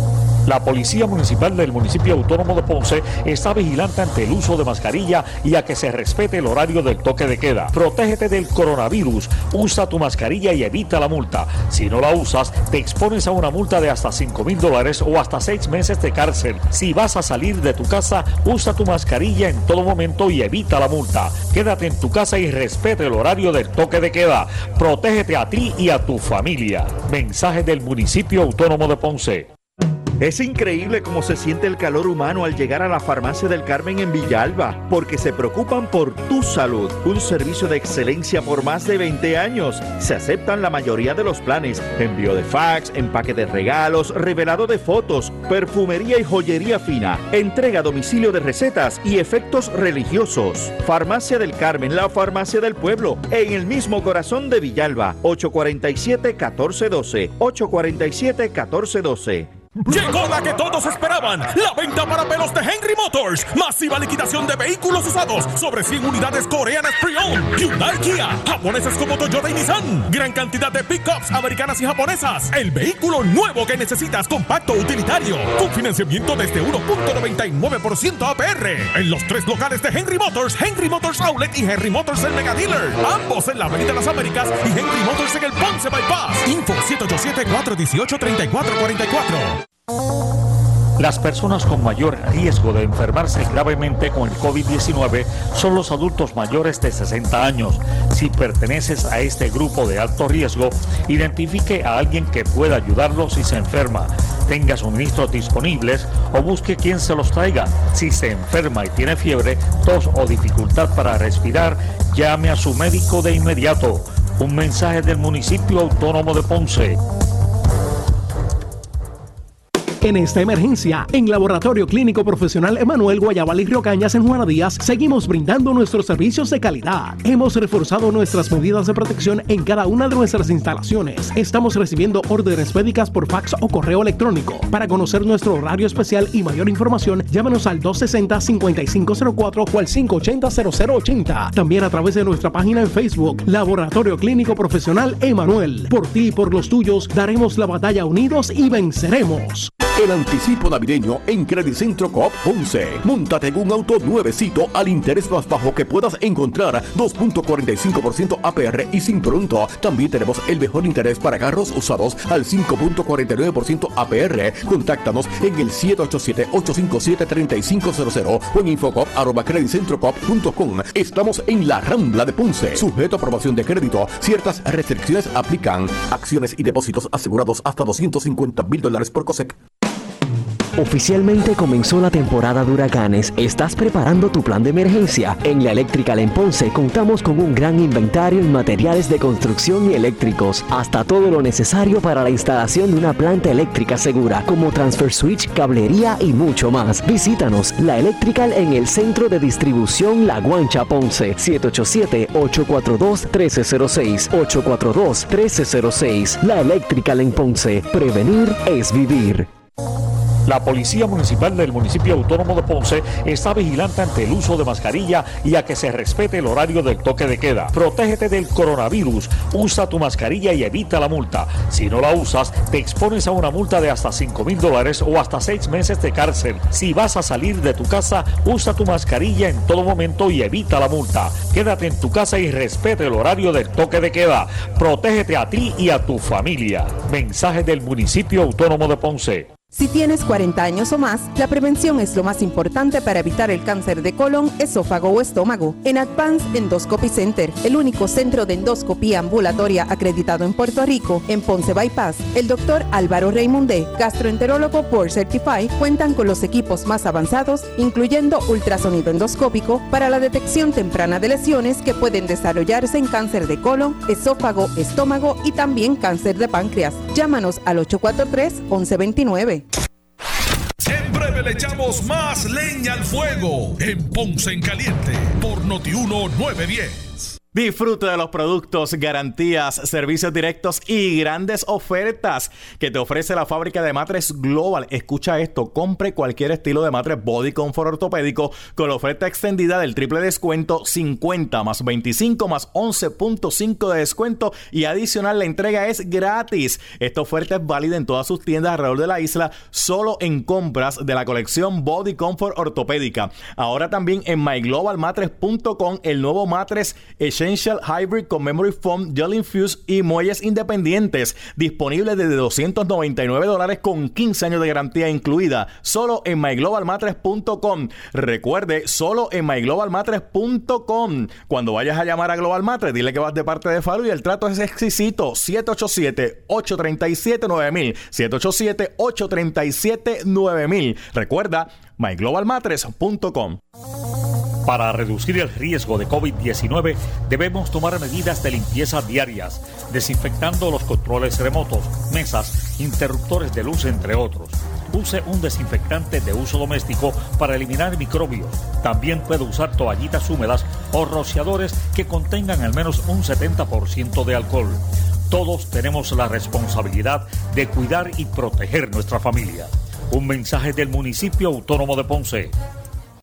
La Policía Municipal del Municipio Autónomo de Ponce está vigilante ante el uso de mascarilla y a que se respete el horario del toque de queda. Protégete del coronavirus, usa tu mascarilla y evita la multa. Si no la usas, te expones a una multa de hasta cinco mil dólares o hasta seis meses de cárcel. Si vas a salir de tu casa, usa tu mascarilla en todo momento y evita la multa. Quédate en tu casa y respete el horario del toque de queda. Protégete a ti y a tu familia. Mensaje del Municipio Autónomo de Ponce. Es increíble cómo se siente el calor humano al llegar a la Farmacia del Carmen en Villalba, porque se preocupan por tu salud. Un servicio de excelencia por más de veinte años. Se aceptan la mayoría de los planes: envío de fax, empaque de regalos, revelado de fotos, perfumería y joyería fina, entrega a domicilio de recetas y efectos religiosos. Farmacia del Carmen, la farmacia del pueblo, en el mismo corazón de Villalba. ocho cuatro siete, uno cuatro uno dos, ocho cuatro siete, uno cuatro uno dos. Llegó la que todos esperaban, la venta para pelos de Henry Motors. Masiva liquidación de vehículos usados, sobre cien unidades coreanas pre-owned, Hyundai, Kia, japonesas como Toyota y Nissan. Gran cantidad de pickups americanas y japonesas. El vehículo nuevo que necesitas, compacto, utilitario, con financiamiento desde uno punto noventa y nueve por ciento A P R. En los tres locales de Henry Motors, Henry Motors Outlet y Henry Motors el Mega Dealer. Ambos en la Avenida Las Américas y Henry Motors en el Ponce Bypass. Info siete ocho siete, cuatro uno ocho, tres cuatro cuatro cuatro. Las personas con mayor riesgo de enfermarse gravemente con el COVID diecinueve son los adultos mayores de sesenta años. Si perteneces a este grupo de alto riesgo, identifique a alguien que pueda ayudarlo si se enferma. Tenga suministros disponibles o busque quien se los traiga. Si se enferma y tiene fiebre, tos o dificultad para respirar, llame a su médico de inmediato. Un mensaje del municipio autónomo de Ponce. En esta emergencia, en Laboratorio Clínico Profesional Emanuel Guayabal y Río Cañas en Juana Díaz, seguimos brindando nuestros servicios de calidad. Hemos reforzado nuestras medidas de protección en cada una de nuestras instalaciones. Estamos recibiendo órdenes médicas por fax o correo electrónico. Para conocer nuestro horario especial y mayor información, llámanos al dos sesenta, cincuenta y cinco cero cuatro o al cinco ochenta, cero cero ochenta. También a través de nuestra página en Facebook, Laboratorio Clínico Profesional Emanuel. Por ti y por los tuyos, daremos la batalla unidos y venceremos. El anticipo navideño en Credit Centro Coop Ponce. Móntate en un auto nuevecito al interés más bajo que puedas encontrar, dos punto cuarenta y cinco por ciento A P R y sin pronto. También tenemos el mejor interés para carros usados al cinco punto cuarenta y nueve por ciento A P R. Contáctanos en el siete ocho siete, ocho cinco siete, tres cinco cero cero o en infocop arroba credit centro coop punto com. Estamos en la Rambla de Ponce. Sujeto a aprobación de crédito. Ciertas restricciones aplican. Acciones y depósitos asegurados hasta doscientos cincuenta mil dólares por COSEC. Oficialmente comenzó la temporada de huracanes. ¿Estás preparando tu plan de emergencia? En La Electrical en Ponce contamos con un gran inventario en materiales de construcción y eléctricos, hasta todo lo necesario para la instalación de una planta eléctrica segura, como transfer switch, cablería y mucho más. Visítanos, La Electrical en el Centro de Distribución La Guancha, Ponce, siete ocho siete, ocho cuatro dos, uno tres cero seis, ocho cuatro dos, uno tres cero seis. La Electrical en Ponce. Prevenir es vivir. La Policía Municipal del Municipio Autónomo de Ponce está vigilante ante el uso de mascarilla y a que se respete el horario del toque de queda. Protégete del coronavirus. Usa tu mascarilla y evita la multa. Si no la usas, te expones a una multa de hasta cinco mil dólares o hasta seis meses de cárcel. Si vas a salir de tu casa, usa tu mascarilla en todo momento y evita la multa. Quédate en tu casa y respete el horario del toque de queda. Protégete a ti y a tu familia. Mensaje del Municipio Autónomo de Ponce. Si tienes cuarenta años o más, la prevención es lo más importante para evitar el cáncer de colon, esófago o estómago. En Advanced Endoscopy Center, el único centro de endoscopía ambulatoria acreditado en Puerto Rico, en Ponce Bypass, el doctor Álvaro Raymondé, gastroenterólogo Board Certified, cuentan con los equipos más avanzados, incluyendo ultrasonido endoscópico, para la detección temprana de lesiones que pueden desarrollarse en cáncer de colon, esófago, estómago y también cáncer de páncreas. Llámanos al ocho cuatro tres, once veintinueve. En breve le echamos más leña al fuego en Ponce en Caliente por Noti uno nueve diez. Disfruta de los productos, garantías, servicios directos y grandes ofertas que te ofrece la fábrica de matres Global. Escucha esto, compre cualquier estilo de matres Body Comfort ortopédico con la oferta extendida del triple descuento, cincuenta más veinticinco más once punto cinco de descuento y adicional la entrega es gratis. Esta oferta es válida en todas sus tiendas alrededor de la isla, solo en compras de la colección Body Comfort ortopédica. Ahora también en my global matres punto com el nuevo matres Essential Hybrid con Memory Foam, Gel Infused y muelles independientes, disponible desde doscientos noventa y nueve dólares con quince años de garantía incluida, solo en my global matres punto com. Recuerde, solo en my global matres punto com. Cuando vayas a llamar a Global Matres, dile que vas de parte de Faru y el trato es exquisito. siete ocho siete, ocho tres siete, nueve mil, siete ocho siete, ocho tres siete, nueve mil. Recuerda, my global matres punto com. Para reducir el riesgo de COVID diecinueve, debemos tomar medidas de limpieza diarias, desinfectando los controles remotos, mesas, interruptores de luz, entre otros. Use un desinfectante de uso doméstico para eliminar microbios. También puede usar toallitas húmedas o rociadores que contengan al menos un setenta por ciento de alcohol. Todos tenemos la responsabilidad de cuidar y proteger nuestra familia. Un mensaje del Municipio Autónomo de Ponce.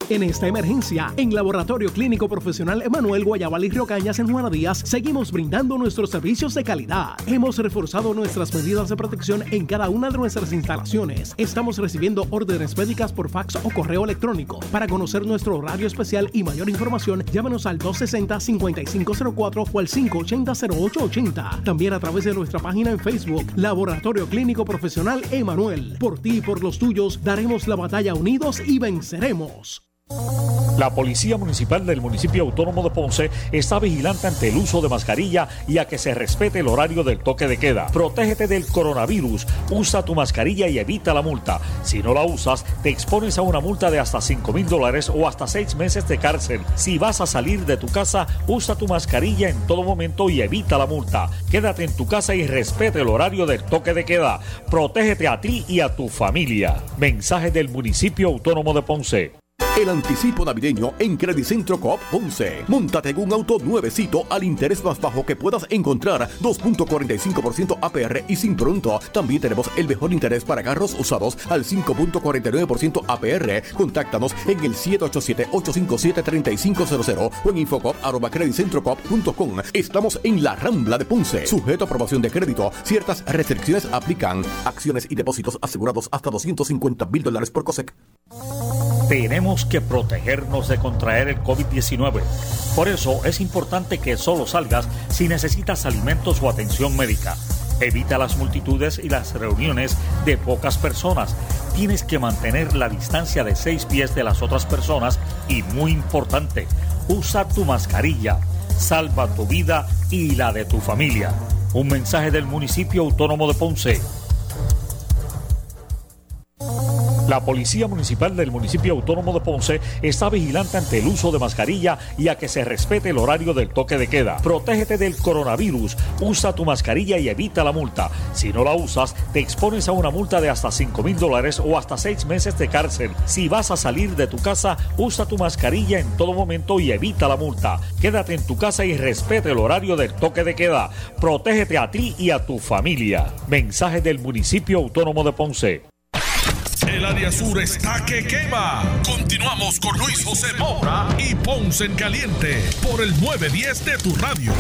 En esta emergencia, en Laboratorio Clínico Profesional Emanuel Guayabal y Río Cañas en Juana Díaz, seguimos brindando nuestros servicios de calidad. Hemos reforzado nuestras medidas de protección en cada una de nuestras instalaciones. Estamos recibiendo órdenes médicas por fax o correo electrónico. Para conocer nuestro horario especial y mayor información, llámanos al dos sesenta, cincuenta y cinco cero cuatro o al cinco ochenta, cero ocho ochenta. También a través de nuestra página en Facebook, Laboratorio Clínico Profesional Emanuel. Por ti y por los tuyos, daremos la batalla unidos y venceremos. La Policía Municipal del Municipio Autónomo de Ponce está vigilante ante el uso de mascarilla y a que se respete el horario del toque de queda. Protégete del coronavirus, usa tu mascarilla y evita la multa. Si no la usas, te expones a una multa de hasta cinco mil dólares o hasta seis meses de cárcel. Si vas a salir de tu casa, usa tu mascarilla en todo momento y evita la multa. Quédate en tu casa y respete el horario del toque de queda. Protégete a ti y a tu familia. Mensaje del Municipio Autónomo de Ponce. El anticipo navideño en Credicentro Coop Ponce. Móntate en un auto nuevecito al interés más bajo que puedas encontrar, dos punto cuarenta y cinco por ciento A P R y sin pronto. También tenemos el mejor interés para carros usados al cinco punto cuarenta y nueve por ciento A P R. Contáctanos en el siete ocho siete, ocho cinco siete, tres cinco cero cero o en infocop arroba credicentrocop punto com. Estamos en la Rambla de Ponce. Sujeto a aprobación de crédito. Ciertas restricciones aplican. Acciones y depósitos asegurados hasta doscientos cincuenta mil dólares por COSEC. Tenemos que protegernos de contraer el COVID diecinueve. Por eso es importante que solo salgas si necesitas alimentos o atención médica. Evita las multitudes y las reuniones de pocas personas. Tienes que mantener la distancia de seis pies de las otras personas y, muy importante, usa tu mascarilla. Salva tu vida y la de tu familia. Un mensaje del Municipio Autónomo de Ponce. La Policía Municipal del Municipio Autónomo de Ponce está vigilante ante el uso de mascarilla y a que se respete el horario del toque de queda. Protégete del coronavirus, usa tu mascarilla y evita la multa. Si no la usas, te expones a una multa de hasta cinco mil dólares o hasta seis meses de cárcel. Si vas a salir de tu casa, usa tu mascarilla en todo momento y evita la multa. Quédate en tu casa y respete el horario del toque de queda. Protégete a ti y a tu familia. Mensaje del Municipio Autónomo de Ponce. El área sur está que quema. Continuamos con Luis José Moura y Ponce en Caliente por el nueve diez de tu radio.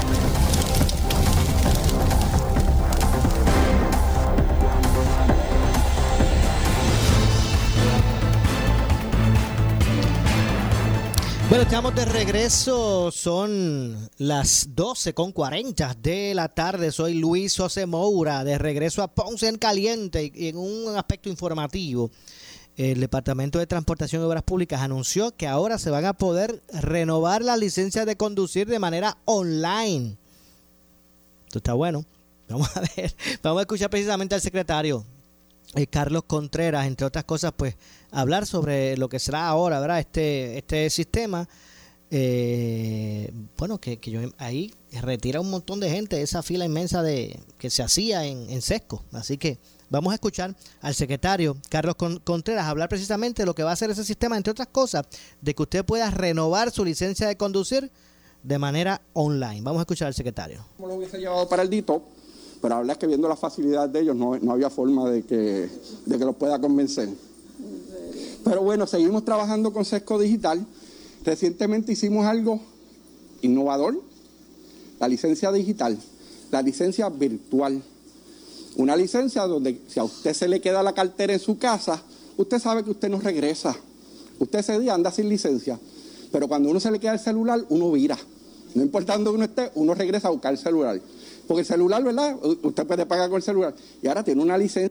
Bueno, estamos de regreso, son las doce con cuarenta de la tarde, soy Luis José Moura, de regreso a Ponce en Caliente, y en un aspecto informativo, el Departamento de Transportación y Obras Públicas anunció que ahora se van a poder renovar las licencias de conducir de manera online. Esto está bueno, vamos a ver, vamos a escuchar precisamente al secretario Eh, Carlos Contreras, entre otras cosas, pues hablar sobre lo que será ahora, ¿verdad? Este este sistema, eh, bueno, que, que yo ahí retira un montón de gente, esa fila inmensa de que se hacía en, en Sesco. Así que vamos a escuchar al secretario Carlos Contreras hablar precisamente de lo que va a hacer ese sistema, entre otras cosas, de que usted pueda renovar su licencia de conducir de manera online. Vamos a escuchar al secretario. ¿Cómo lo hubiese llevado para el D I T O P? Pero la verdad es que viendo la facilidad de ellos no, no había forma de que, de que los pueda convencer. Pero bueno, seguimos trabajando con Sesco Digital. Recientemente hicimos algo innovador, la licencia digital, la licencia virtual. Una licencia donde si a usted se le queda la cartera en su casa, usted sabe que usted no regresa. Usted ese día anda sin licencia, pero cuando uno se le queda el celular, uno vira. No importa dónde uno esté, uno regresa a buscar el celular. Porque el celular, ¿verdad? Usted puede pagar con el celular. Y ahora tiene una licencia.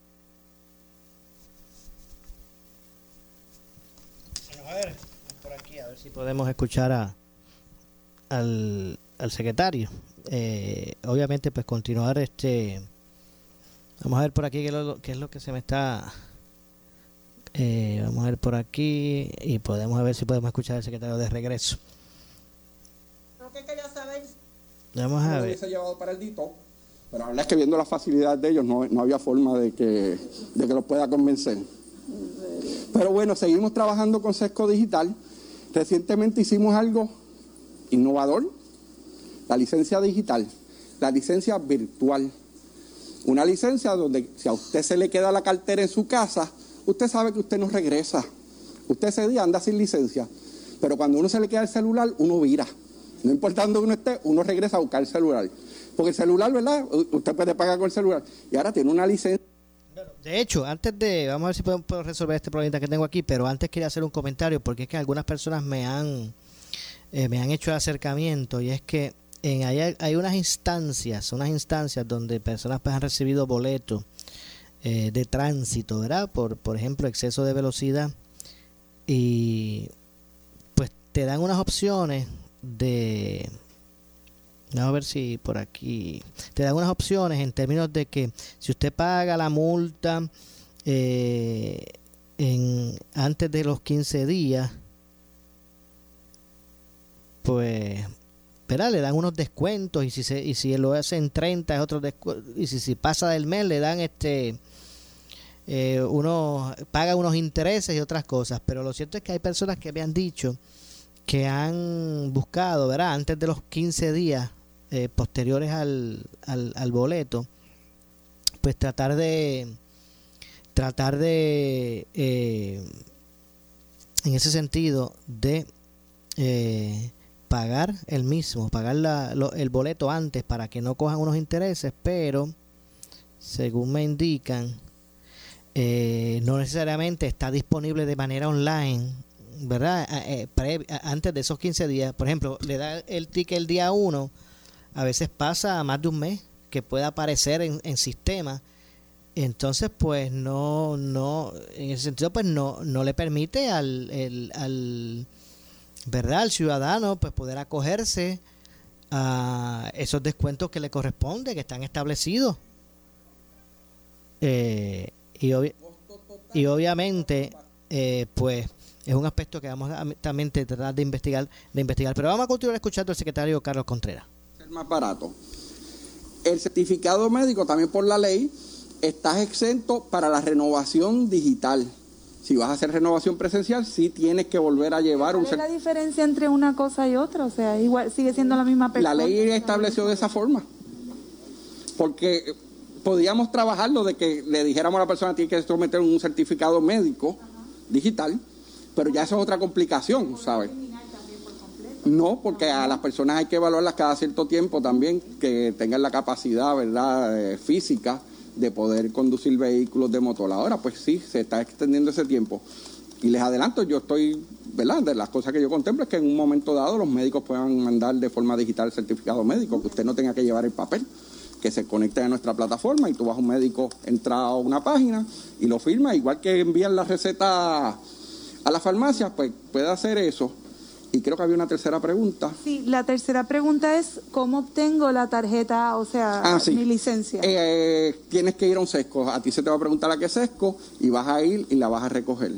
Bueno, a ver, por aquí, a ver si podemos escuchar a, al, al secretario. Eh, obviamente, pues continuar este... Vamos a ver por aquí qué es lo, qué es lo que se me está... Eh, vamos a ver por aquí y podemos a ver si podemos escuchar al secretario de regreso. Lo que quería saber... Vamos a ver. Lo hubiese llevado para el D I T O P, pero la verdad es que viendo la facilidad de ellos no, no había forma de que, de que los pueda convencer. Pero bueno, seguimos trabajando con Sesco Digital. Recientemente hicimos algo innovador, la licencia digital, la licencia virtual. Una licencia donde si a usted se le queda la cartera en su casa, usted sabe que usted no regresa. Usted ese día anda sin licencia, pero cuando uno se le queda el celular, uno vira. No importa dónde uno esté, uno regresa a buscar el celular. Porque el celular, ¿verdad? Usted puede pagar con el celular. Y ahora tiene una licencia. De hecho, antes de, vamos a ver si puedo, puedo resolver este problema que tengo aquí, pero antes quería hacer un comentario, porque es que algunas personas me han, eh, me han hecho el acercamiento, y es que en hay, hay unas instancias, unas instancias donde personas pues, han recibido boletos eh, de tránsito, ¿verdad? Por, por ejemplo, exceso de velocidad, y pues te dan unas opciones de, vamos a ver si por aquí, te dan unas opciones en términos de que si usted paga la multa eh, en antes de los quince días, pues, ¿verdad? Le dan unos descuentos, y si se, y si lo hace en treinta es otro descuento, y si, si pasa del mes le dan este eh, uno paga unos intereses y otras cosas. Pero lo cierto es que hay personas que me han dicho que han buscado, ¿verdad? Antes de los quince días eh, posteriores al, al, al boleto, pues tratar de tratar de eh, en ese sentido de eh, pagar el mismo, pagar la, lo, el boleto antes para que no cojan unos intereses, pero según me indican eh, no necesariamente está disponible de manera online, ¿verdad? Eh, pre, antes de esos quince días. Por ejemplo, le da el ticket el día uno, a veces pasa más de un mes que pueda aparecer en, en sistema, entonces pues no, no, en ese sentido pues no, no le permite al, el, al ¿verdad? Al ciudadano pues poder acogerse a esos descuentos que le corresponde, que están establecidos. Eh, y, obvi y obviamente eh, pues es un aspecto que vamos a también tratar de investigar, de investigar. Pero vamos a continuar escuchando al secretario Carlos Contreras. Es más barato. El certificado médico también por la ley estás exento para la renovación digital. Si vas a hacer renovación presencial, sí tienes que volver a llevar un... ¿Cuál es la diferencia entre una cosa y otra? O sea, igual sigue siendo la misma persona. La ley estableció de esa forma. Porque podíamos trabajarlo de que le dijéramos a la persona tiene que someter un certificado médico digital, pero ya eso es otra complicación, ¿sabes? No, porque a las personas hay que evaluarlas cada cierto tiempo también, que tengan la capacidad, ¿verdad?, eh, física de poder conducir vehículos de motor. Ahora, pues sí, se está extendiendo ese tiempo. Y les adelanto, yo estoy, ¿verdad?, de las cosas que yo contemplo es que en un momento dado los médicos puedan mandar de forma digital el certificado médico, que usted no tenga que llevar el papel, que se conecte a nuestra plataforma y tú vas a un médico, entra a una página y lo firma, igual que envían la receta a la farmacia, pues puede hacer eso. Y creo que había una tercera pregunta. Sí, la tercera pregunta es, ¿cómo obtengo la tarjeta, o sea, ah, sí. mi licencia? Eh, tienes que ir a un sesco. A ti se te va a preguntar a qué sesco y vas a ir y la vas a recoger.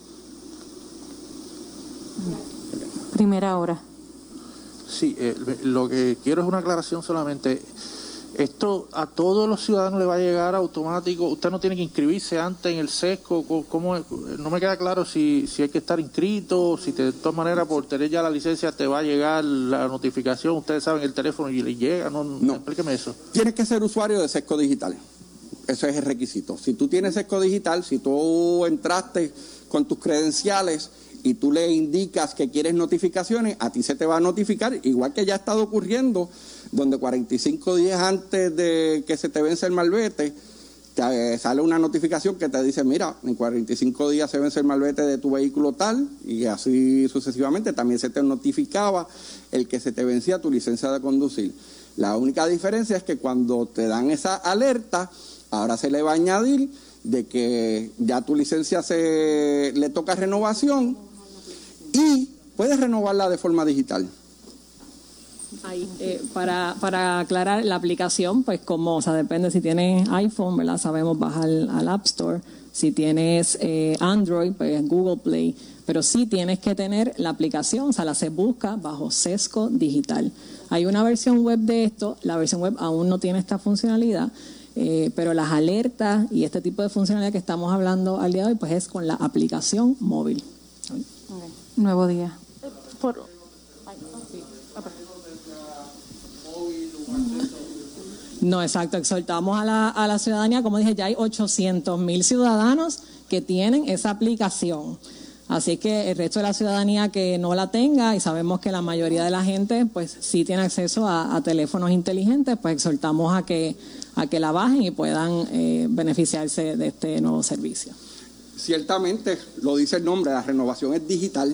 Primera hora. Sí, eh, lo que quiero es una aclaración solamente. Esto a todos los ciudadanos le va a llegar automático. Usted no tiene que inscribirse antes en el sesco. ¿Cómo? No me queda claro si, si hay que estar inscrito, si te, de todas maneras por tener ya la licencia te va a llegar la notificación. Ustedes saben el teléfono y le llega. No, no. Explíqueme eso. Tienes que ser usuario de Sesco Digital. Eso es el requisito. Si tú tienes Sesco Digital, si tú entraste con tus credenciales y tú le indicas que quieres notificaciones, a ti se te va a notificar, igual que ya ha estado ocurriendo, donde cuarenta y cinco días antes de que se te vence el malvete, te sale una notificación que te dice, mira, en cuarenta y cinco días se vence el malvete de tu vehículo tal, y así sucesivamente. También se te notificaba el que se te vencía tu licencia de conducir. La única diferencia es que cuando te dan esa alerta, ahora se le va a añadir de que ya tu licencia se le toca renovación y puedes renovarla de forma digital. Ahí, eh, para, para aclarar la aplicación, pues como, o sea, depende si tienes iPhone, ¿verdad? Sabemos bajar al App Store. Si tienes eh, Android, pues Google Play. Pero sí tienes que tener la aplicación, o sea, la se busca bajo Sesco Digital. Hay una versión web de esto, la versión web aún no tiene esta funcionalidad, eh, pero las alertas y este tipo de funcionalidad que estamos hablando al día de hoy, pues es con la aplicación móvil. Okay. Nuevo día. Por... No, exacto, exhortamos a la, a la ciudadanía, como dije, ya hay ochocientos mil ciudadanos que tienen esa aplicación. Así que el resto de la ciudadanía que no la tenga, y sabemos que la mayoría de la gente pues sí tiene acceso a, a teléfonos inteligentes, pues exhortamos a que, a que la bajen y puedan eh, beneficiarse de este nuevo servicio. Ciertamente, lo dice el nombre, la renovación es digital.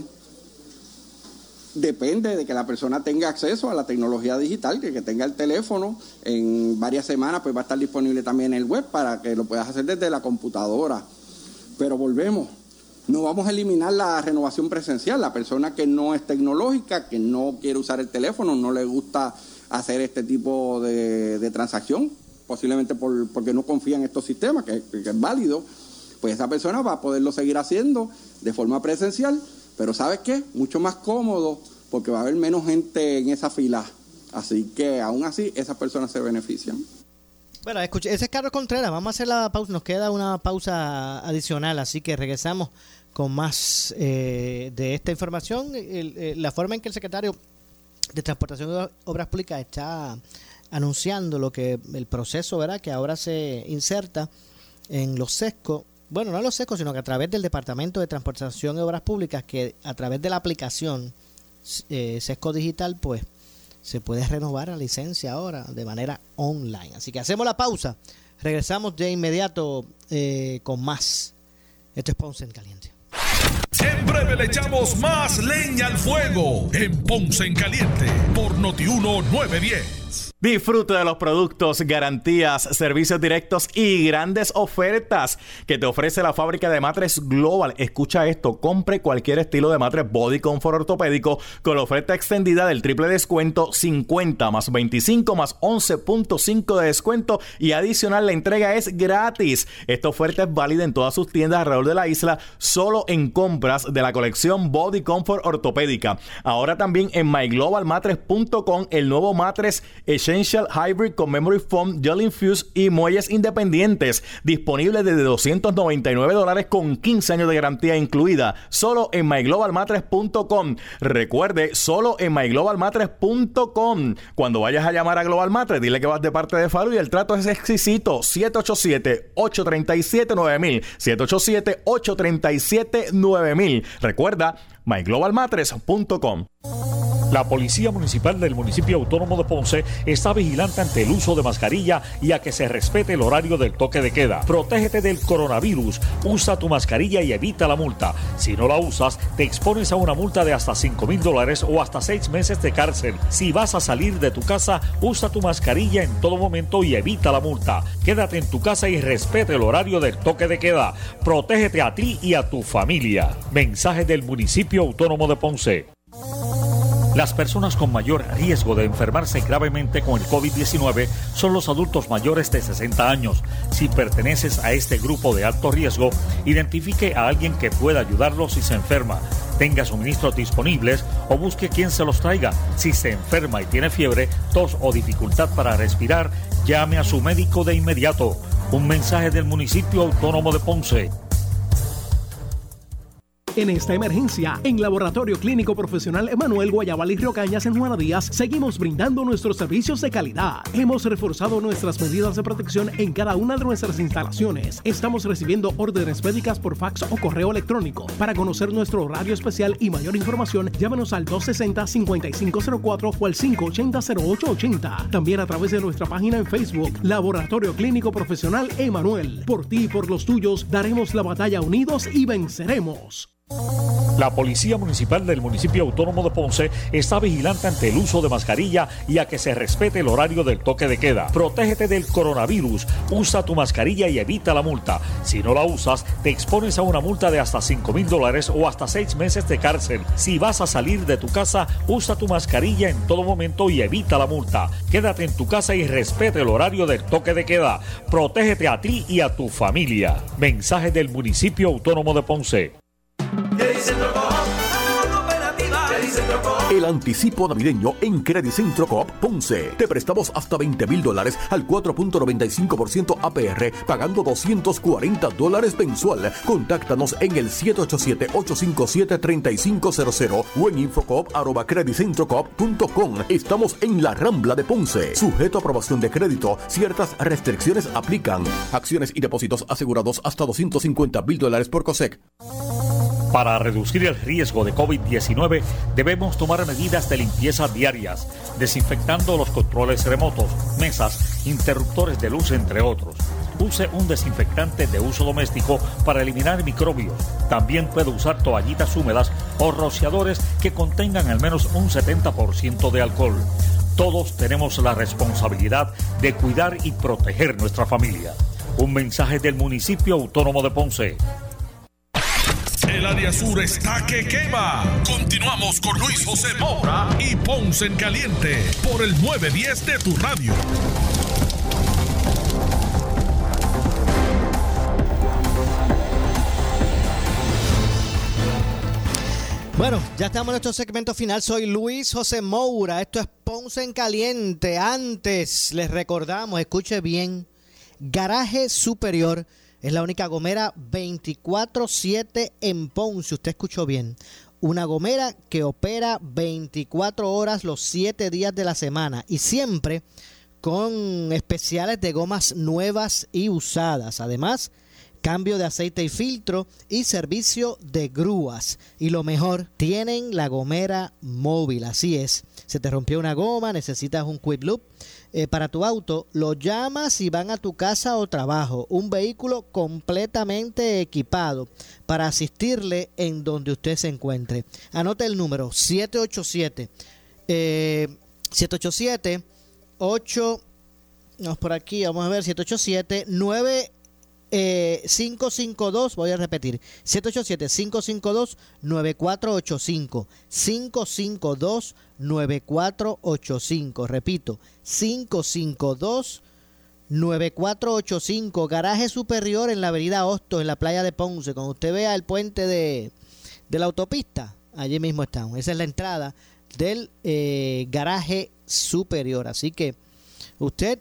Depende de que la persona tenga acceso a la tecnología digital, que, que tenga el teléfono. En varias semanas pues va a estar disponible también el web para que lo puedas hacer desde la computadora. Pero volvemos. No vamos a eliminar la renovación presencial. La persona que no es tecnológica, que no quiere usar el teléfono, no le gusta hacer este tipo de, de transacción, posiblemente por, porque no confía en estos sistemas, que, que es válido, pues esa persona va a poderlo seguir haciendo de forma presencial, pero ¿sabes qué? Mucho más cómodo, porque va a haber menos gente en esa fila. Así que aún así esas personas se benefician. Bueno, escuche, ese es Carlos Contreras. Vamos a hacer la pausa. Nos queda una pausa adicional, así que regresamos con más eh, de esta información. El, el, la forma en que el secretario de Transportación y Obras Públicas está anunciando lo que el proceso, ¿verdad?, que ahora se inserta en los sescos. Bueno, no en los sescos, sino que a través del Departamento de Transportación y Obras Públicas, que a través de la aplicación eh, Sesco Digital, pues se puede renovar la licencia ahora de manera online. Así que hacemos la pausa. Regresamos de inmediato eh, con más. Esto es Ponce en Caliente. En breve le echamos más leña al fuego en Ponce en Caliente por Noti uno nueve diez. Disfruta de los productos, garantías, servicios directos y grandes ofertas que te ofrece la fábrica de matres Global. Escucha esto, compre cualquier estilo de matres Body Comfort ortopédico con la oferta extendida del triple descuento, cincuenta más veinticinco más once punto cinco de descuento, y adicional la entrega es gratis. Esta oferta es válida en todas sus tiendas alrededor de la isla, solo en compras de la colección Body Comfort ortopédica. Ahora también en my global matres punto com, el nuevo matres Essential Hybrid con Memory Foam, Gel Infused y muelles independientes, disponible desde doscientos noventa y nueve dólares con quince años de garantía incluida, solo en my global matres punto com. Recuerde, solo en my global matres punto com. Cuando vayas a llamar a Global Matres, dile que vas de parte de Faru y el trato es exquisito. siete ocho siete, ocho tres siete, nueve mil, siete ocho siete, ocho tres siete, nueve mil. Recuerda, my global matres punto com. La Policía Municipal del Municipio Autónomo de Ponce está vigilante ante el uso de mascarilla y a que se respete el horario del toque de queda. Protégete del coronavirus. Usa tu mascarilla y evita la multa. Si no la usas, te expones a una multa de hasta cinco mil dólares o hasta seis meses de cárcel. Si vas a salir de tu casa, usa tu mascarilla en todo momento y evita la multa. Quédate en tu casa y respete el horario del toque de queda. Protégete a ti y a tu familia. Mensaje del Municipio Autónomo de Ponce. Las personas con mayor riesgo de enfermarse gravemente con el COVID diecinueve son los adultos mayores de sesenta años. Si perteneces a este grupo de alto riesgo, identifique a alguien que pueda ayudarlo si se enferma, tenga suministros disponibles o busque quien se los traiga. Si se enferma y tiene fiebre, tos o dificultad para respirar, llame a su médico de inmediato. Un mensaje del Municipio Autónomo de Ponce. En esta emergencia, en Laboratorio Clínico Profesional Emanuel Guayabal y Río Cañas en Juana Díaz, seguimos brindando nuestros servicios de calidad. Hemos reforzado nuestras medidas de protección en cada una de nuestras instalaciones. Estamos recibiendo órdenes médicas por fax o correo electrónico. Para conocer nuestro horario especial y mayor información, llámanos al dos sesenta, cincuenta y cinco cero cuatro o al cinco ochenta, cero ocho ochenta. También a través de nuestra página en Facebook, Laboratorio Clínico Profesional Emanuel. Por ti y por los tuyos, daremos la batalla unidos y venceremos. La Policía Municipal del Municipio Autónomo de Ponce está vigilante ante el uso de mascarilla y a que se respete el horario del toque de queda. Protégete del coronavirus. Usa tu mascarilla y evita la multa. Si no la usas, te expones a una multa de hasta cinco mil dólares o hasta seis meses de cárcel. Si vas a salir de tu casa, usa tu mascarilla en todo momento y evita la multa. Quédate en tu casa y respete el horario del toque de queda. Protégete a ti y a tu familia. Mensaje del Municipio Autónomo de Ponce. El anticipo navideño en Credit Centro Coop Ponce. Te prestamos hasta veinte mil dólares al cuatro punto noventa y cinco por ciento A P R, pagando doscientos cuarenta dólares mensual. Contáctanos en el siete ocho siete, ocho cinco siete, tres cinco cero cero o en infocoop arroba credit centro coop punto com. Estamos en la Rambla de Ponce. Sujeto a aprobación de crédito. Ciertas restricciones aplican. Acciones y depósitos asegurados hasta doscientos cincuenta mil dólares por COSEC. Para reducir el riesgo de COVID diecinueve, debemos tomar medidas de limpieza diarias, desinfectando los controles remotos, mesas, interruptores de luz, entre otros. Use un desinfectante de uso doméstico para eliminar microbios. También puede usar toallitas húmedas o rociadores que contengan al menos un setenta por ciento de alcohol. Todos tenemos la responsabilidad de cuidar y proteger nuestra familia. Un mensaje del Municipio Autónomo de Ponce. El área sur está que quema. Continuamos con Luis José Moura y Ponce en Caliente por el nueve diez de tu radio. Bueno, ya estamos en nuestro segmento final. Soy Luis José Moura. Esto es Ponce en Caliente. Antes, les recordamos, escuche bien, Garaje Superior es la única gomera veinticuatro siete en Ponce. Usted escuchó bien. Una gomera que opera veinticuatro horas los siete días de la semana y siempre con especiales de gomas nuevas y usadas. Además, cambio de aceite y filtro y servicio de grúas. Y lo mejor, tienen la gomera móvil. Así es. Se te rompió una goma, necesitas un quick loop eh, para tu auto, lo llamas y van a tu casa o trabajo. Un vehículo completamente equipado para asistirle en donde usted se encuentre. Anote el número siete ocho siete siete ocho siete ocho vamos por aquí, vamos a ver, siete ocho siete nueve Eh, cinco cinco dos, voy a repetir, siete ocho siete, cinco cinco dos, nueve cuatro ocho cinco, cinco cinco dos, nueve cuatro ocho cinco, repito, cinco cinco dos, nueve cuatro ocho cinco, Garaje Superior en la avenida Hostos, en la playa de Ponce. Cuando usted vea el puente de, de la autopista, allí mismo están, esa es la entrada del eh, Garaje Superior, así que usted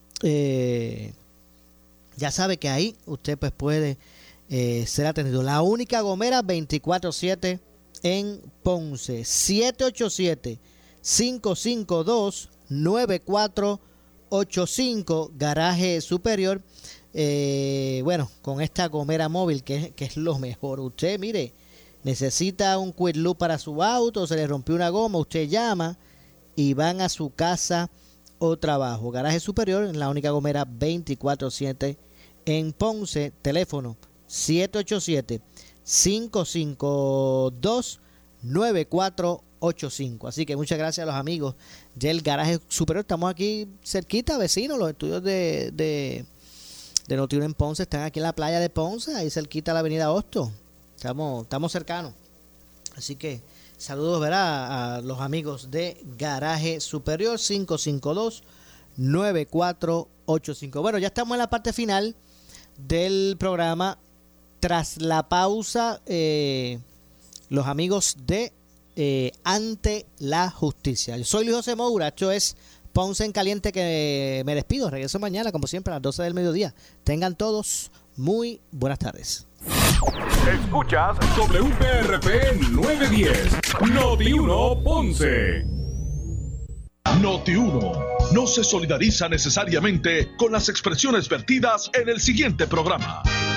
eh, ya sabe que ahí usted pues puede eh, ser atendido. La única gomera veinticuatro siete en Ponce. siete ocho siete, cinco cinco dos, nueve cuatro ocho cinco, Garaje Superior. Eh, bueno, con esta gomera móvil que, que es lo mejor. Usted, mire, necesita un quick loop para su auto, se le rompió una goma, usted llama y van a su casa o trabajo. Garaje Superior, en la única gomera veinticuatro siete en Ponce. Teléfono siete ocho siete, cinco cinco dos, nueve cuatro ocho cinco. Así que muchas gracias a los amigos del Garaje Superior. Estamos aquí cerquita, vecinos. Los estudios de, de, de Noti uno en Ponce están aquí en la playa de Ponce, ahí cerquita a la avenida Hostos. Estamos, estamos cercanos. Así que saludos, ¿verdad?, a los amigos de Garaje Superior. Cinco cinco dos, nueve cuatro ocho cinco. Bueno, ya estamos en la parte final del programa. Tras la pausa, eh, los amigos de eh, Ante la Justicia. Yo soy Luis José Moura, esto es Ponce en Caliente, que me despido. Regreso mañana, como siempre, a las doce del mediodía. Tengan todos muy buenas tardes. Escuchas W P R P nueve diez, Noti uno Ponce. Noti uno no se solidariza necesariamente con las expresiones vertidas en el siguiente programa.